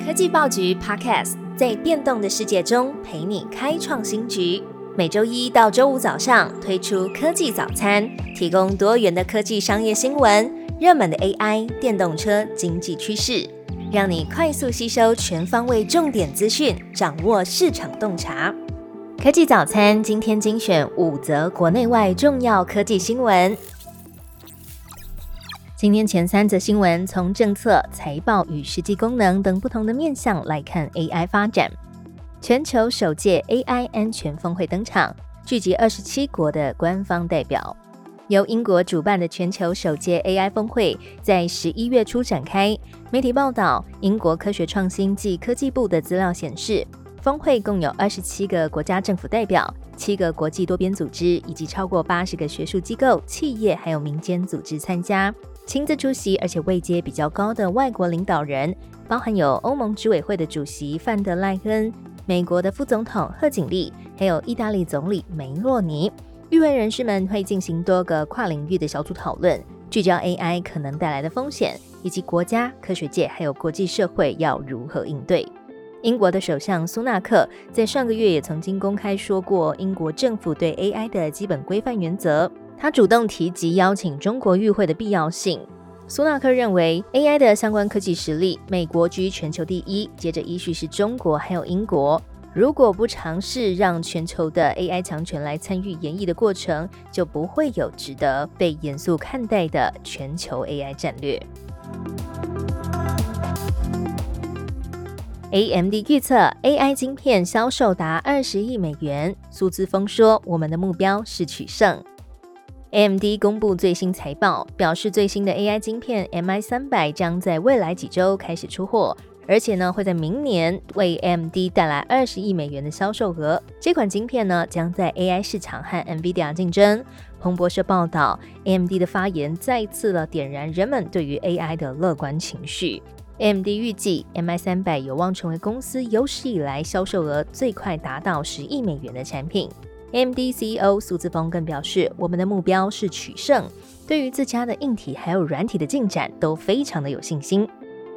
科技报局 Podcast 在变动的世界中陪你开创新局。每周一到周五早上推出科技早餐，提供多元的科技商业新闻、热门的 AI、电动车、经济趋势，让你快速吸收全方位重点资讯，掌握市场洞察。科技早餐今天精选5则国内外重要科技新闻。今天前3则新闻从政策、财报与实际功能等不同的面向来看 AI 发展。全球首届 AI 安全峰会登场，聚集27国的官方代表。由英国主办的全球首届 AI 峰会在11月初展开。媒体报道，英国科学创新暨科技部的资料显示，峰会共有27个国家政府代表、7个国际多边组织以及超过80个学术机构、企业还有民间组织参加。亲自出席而且位阶比较高的外国领导人，包含有欧盟执委会的主席范德赖恩、美国的副总统贺锦丽，还有意大利总理梅洛尼。与会人士们会进行多个跨领域的小组讨论，聚焦 AI 可能带来的风险，以及国家、科学界还有国际社会要如何应对。英国的首相苏纳克在上个月也曾经公开说过英国政府对 AI 的基本规范原则，他主动提及邀请中国与会的必要性。苏纳克认为 AI 的相关科技实力，美国居全球第一，接着依序是中国还有英国。如果不尝试让全球的 AI 强权来参与演绎的过程，就不会有值得被严肃看待的全球 AI 战略。AMD 预测 AI 晶片销售达20亿美元，苏姿丰说，我们的目标是取胜。AMD 公布最新财报，表示最新的 AI 晶片 MI300 将在未来几周开始出货，而且会在明年为 AMD 带来20亿美元的销售额。这款晶片将在 AI 市场和 NVIDIA 竞争。彭博社报道， AMD 的发言再次点燃人们对于 AI 的乐观情绪。AMD 预计 MI300 有望成为公司有史以来销售额最快达到10亿美元的产品。AMD CEO 苏姿丰更表示，我们的目标是取胜，对于自家的硬体还有软体的进展都非常的有信心。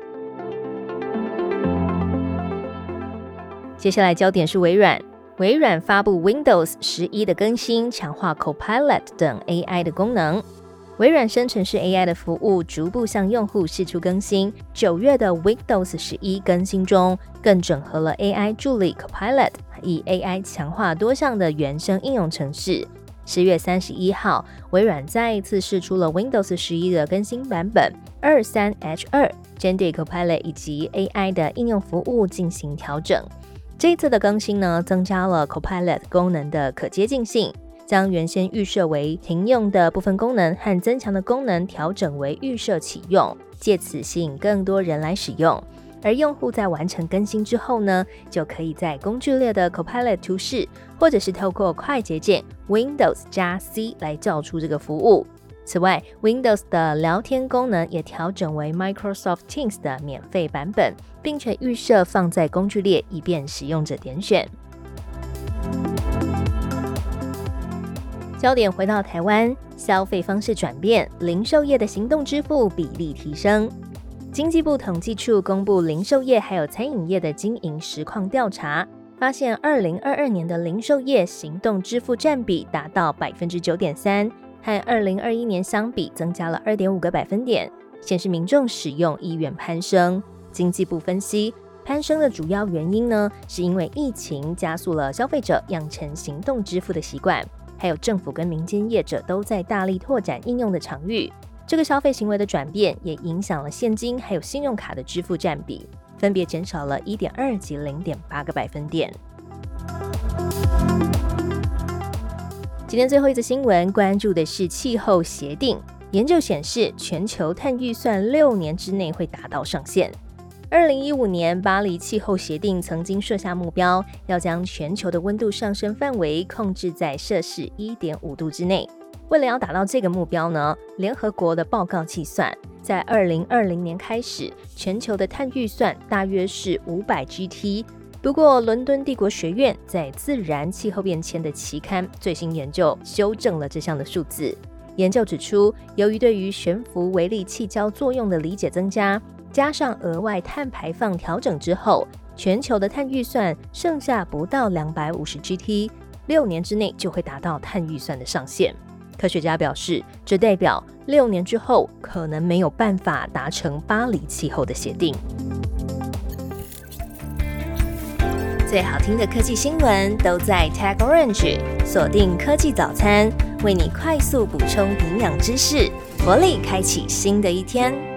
接下来焦点是微软。微软发布 Windows 11的更新，强化 Copilot 等 AI 的功能。微软生成式 AI 的服务逐步向用户释出更新。9月的 Windows 11更新中，更整合了 AI 助理 Copilot， 以 AI 强化多项的原生应用程式。10月31号，微软再一次释出了 Windows 11的更新版本 23H2， 针对 Copilot 以及 AI 的应用服务进行调整。这一次的更新增加了 Copilot 功能的可接近性，将原先预设为停用的部分功能和增强的功能调整为预设启用，借此吸引更多人来使用。而用户在完成更新之后就可以在工具列的 Copilot 图示，或者是透过快捷键 Windows 加 C 来叫出这个服务。此外， Windows 的聊天功能也调整为 Microsoft Teams 的免费版本，并且预设放在工具列，以便使用者点选。焦点回到台湾，消费方式转变，零售业的行动支付比例提升。经济部统计处公布零售业还有餐饮业的经营实况调查，发现2022年的零售业行动支付占比达到 9.3%， 和2021年相比增加了 2.5个百分点，显示民众使用意愿攀升。经济部分析，攀升的主要原因是因为疫情加速了消费者养成行动支付的习惯，还有政府跟民间业者都在大力拓展应用的场域。这个消费行为的转变也影响了现金还有信用卡的支付占比，分别减少了 1.2 及 0.8个百分点。今天最后一则新闻关注的是气候协定。研究显示，全球碳预算6年之内会达到上限。2015年巴黎气候协定曾经设下目标，要将全球的温度上升范围控制在摄氏 1.5 度之内。为了要达到这个目标联合国的报告计算，在2020年开始，全球的碳预算大约是500 GT。不过，伦敦帝国学院在《自然气候变迁》的期刊最新研究修正了这项的数字。研究指出，由于对于悬浮微粒气胶作用的理解增加， 加上额外碳排放调整之后，全球的碳预算剩下不到250GT，6年之内就会达到碳预算的上限。科学家表示，这代表6年之后可能没有办法达成巴黎气候的协定。最好听的科技新闻都在 TechOrange， 锁定科技早餐，为你快速补充营养知识，活力开启新的一天。